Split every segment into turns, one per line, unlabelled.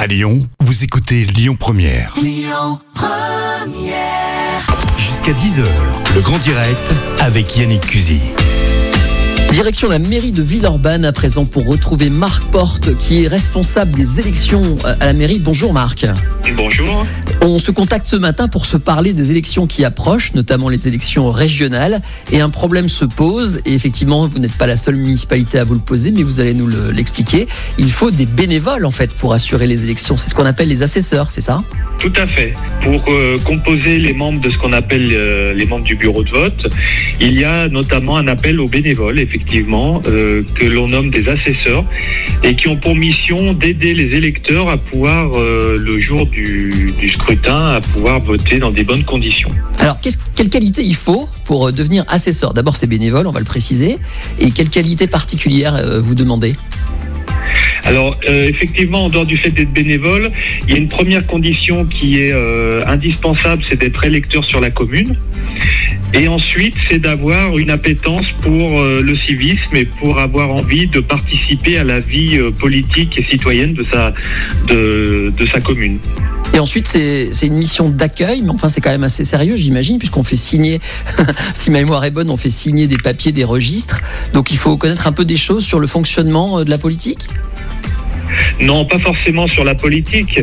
À Lyon, vous écoutez Lyon Première.
Lyon Première.
Jusqu'à 10h, le grand direct avec Yannick Cusy.
Direction la mairie de Villeurbanne à présent pour retrouver Marc Porte qui est responsable des élections à la mairie. Bonjour Marc.
Bonjour.
On se contacte ce matin pour se parler des élections qui approchent, notamment les élections régionales. Et un problème se pose, et effectivement vous n'êtes pas la seule municipalité à vous le poser, mais vous allez nous l'expliquer. Il faut des bénévoles en fait pour assurer les élections. C'est ce qu'on appelle les assesseurs, c'est ça ?
Tout à fait. Pour composer les membres de ce qu'on appelle les membres du bureau de vote, il y a notamment un appel aux bénévoles, effectivement, que l'on nomme des assesseurs, et qui ont pour mission d'aider les électeurs à pouvoir, le jour du scrutin, à pouvoir voter dans des bonnes conditions.
Alors, quelle qualité il faut pour devenir assesseur ? D'abord, c'est bénévole, on va le préciser. Et quelle qualité particulière vous demandez ?
Alors, effectivement, en dehors du fait d'être bénévole, il y a une première condition qui est indispensable, c'est d'être électeur sur la commune. Et ensuite, c'est d'avoir une appétence pour le civisme et pour avoir envie de participer à la vie politique et citoyenne de sa commune.
Et ensuite, c'est une mission d'accueil, mais enfin, c'est quand même assez sérieux, j'imagine, puisqu'on fait signer, si ma mémoire est bonne, on fait signer des papiers, des registres. Donc, il faut connaître un peu des choses sur le fonctionnement de la politique ?
Non, pas forcément sur la politique.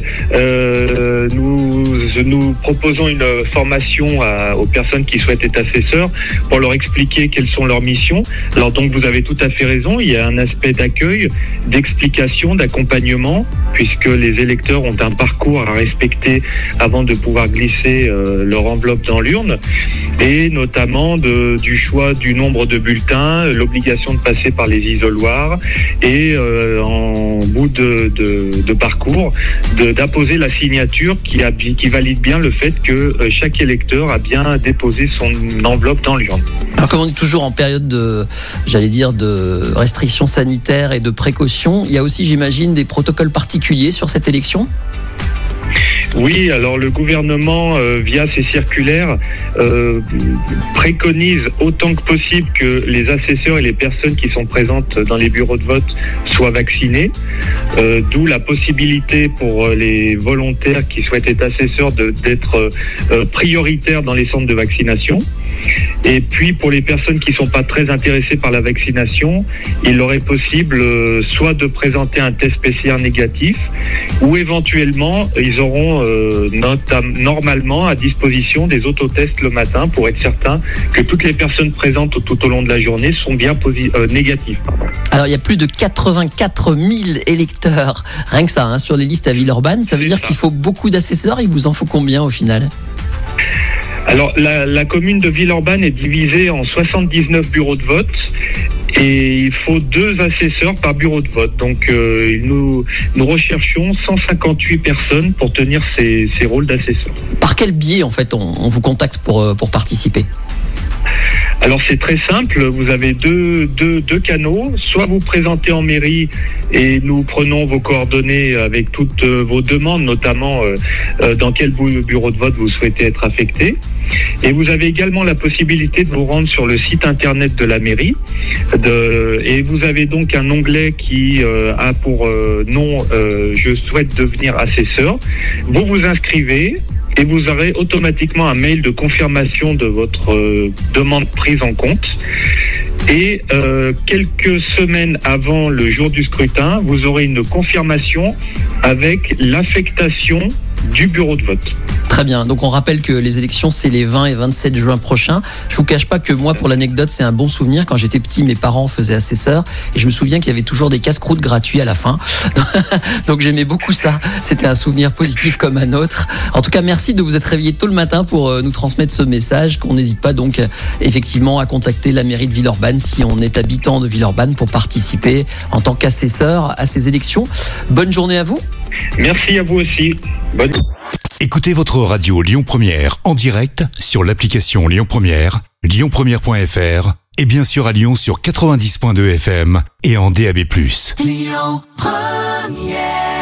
Nous proposons une formation aux personnes qui souhaitent être assesseurs pour leur expliquer quelles sont leurs missions. Alors donc vous avez tout à fait raison, il y a un aspect d'accueil, d'explication, d'accompagnement, puisque les électeurs ont un parcours à respecter avant de pouvoir glisser leur enveloppe dans l'urne, et notamment du choix du nombre de bulletins, l'obligation de passer par les isoloirs, et en bout de parcours, d'apposer la signature qui valide bien le fait que chaque électeur a bien déposé son enveloppe dans l'urne.
Alors comme on est toujours en période de restrictions sanitaires et de précautions, il y a aussi, j'imagine, des protocoles particuliers sur cette élection ?
Oui, alors le gouvernement, via ses circulaires, préconise autant que possible que les assesseurs et les personnes qui sont présentes dans les bureaux de vote soient vaccinés, d'où la possibilité pour les volontaires qui souhaitent être assesseurs d'être prioritaires dans les centres de vaccination. Et puis pour les personnes qui ne sont pas très intéressées par la vaccination, il leur est possible soit de présenter un test PCR négatif, ou éventuellement ils auront normalement à disposition des autotests le matin pour être certain que toutes les personnes présentes tout au long de la journée sont bien négatives.
Alors il y a plus de 84 000 électeurs, rien que ça, sur les listes à Villeurbanne. Ça veut dire qu'il faut beaucoup d'assesseurs. Il vous en faut combien au final ?
Alors, la commune de Villeurbanne est divisée en 79 bureaux de vote et il faut 2 assesseurs par bureau de vote. Donc, nous recherchons 158 personnes pour tenir ces rôles d'assesseurs.
Par quel biais, en fait, on vous contacte pour participer ?
Alors c'est très simple, vous avez deux canaux, soit vous présentez en mairie et nous prenons vos coordonnées avec toutes vos demandes, notamment dans quel bureau de vote vous souhaitez être affecté. Et vous avez également la possibilité de vous rendre sur le site internet de la mairie et vous avez donc un onglet qui a pour nom je souhaite devenir assesseur. Vous vous inscrivez et vous aurez automatiquement un mail de confirmation de votre demande prise en compte. Et quelques semaines avant le jour du scrutin, vous aurez une confirmation avec l'affectation du bureau de vote.
Très bien, donc on rappelle que les élections c'est les 20 et 27 juin prochains. Je vous cache pas que moi, pour l'anecdote, c'est un bon souvenir. Quand j'étais petit, mes parents faisaient assesseur et je me souviens qu'il y avait toujours des casse-croûtes gratuits à la fin. Donc j'aimais beaucoup ça, c'était un souvenir positif comme un autre. En tout cas, merci de vous être réveillé tôt le matin pour nous transmettre ce message, qu'on n'hésite pas donc effectivement à contacter la mairie de Villeurbanne si on est habitant de Villeurbanne pour participer en tant qu'assesseur à ces élections. Bonne journée à vous.
Merci à vous aussi. Bonne...
Écoutez votre radio Lyon Première en direct sur l'application Lyon Première, lyonpremière.fr et bien sûr à Lyon sur 90.2 FM et en DAB+.
Lyon Première.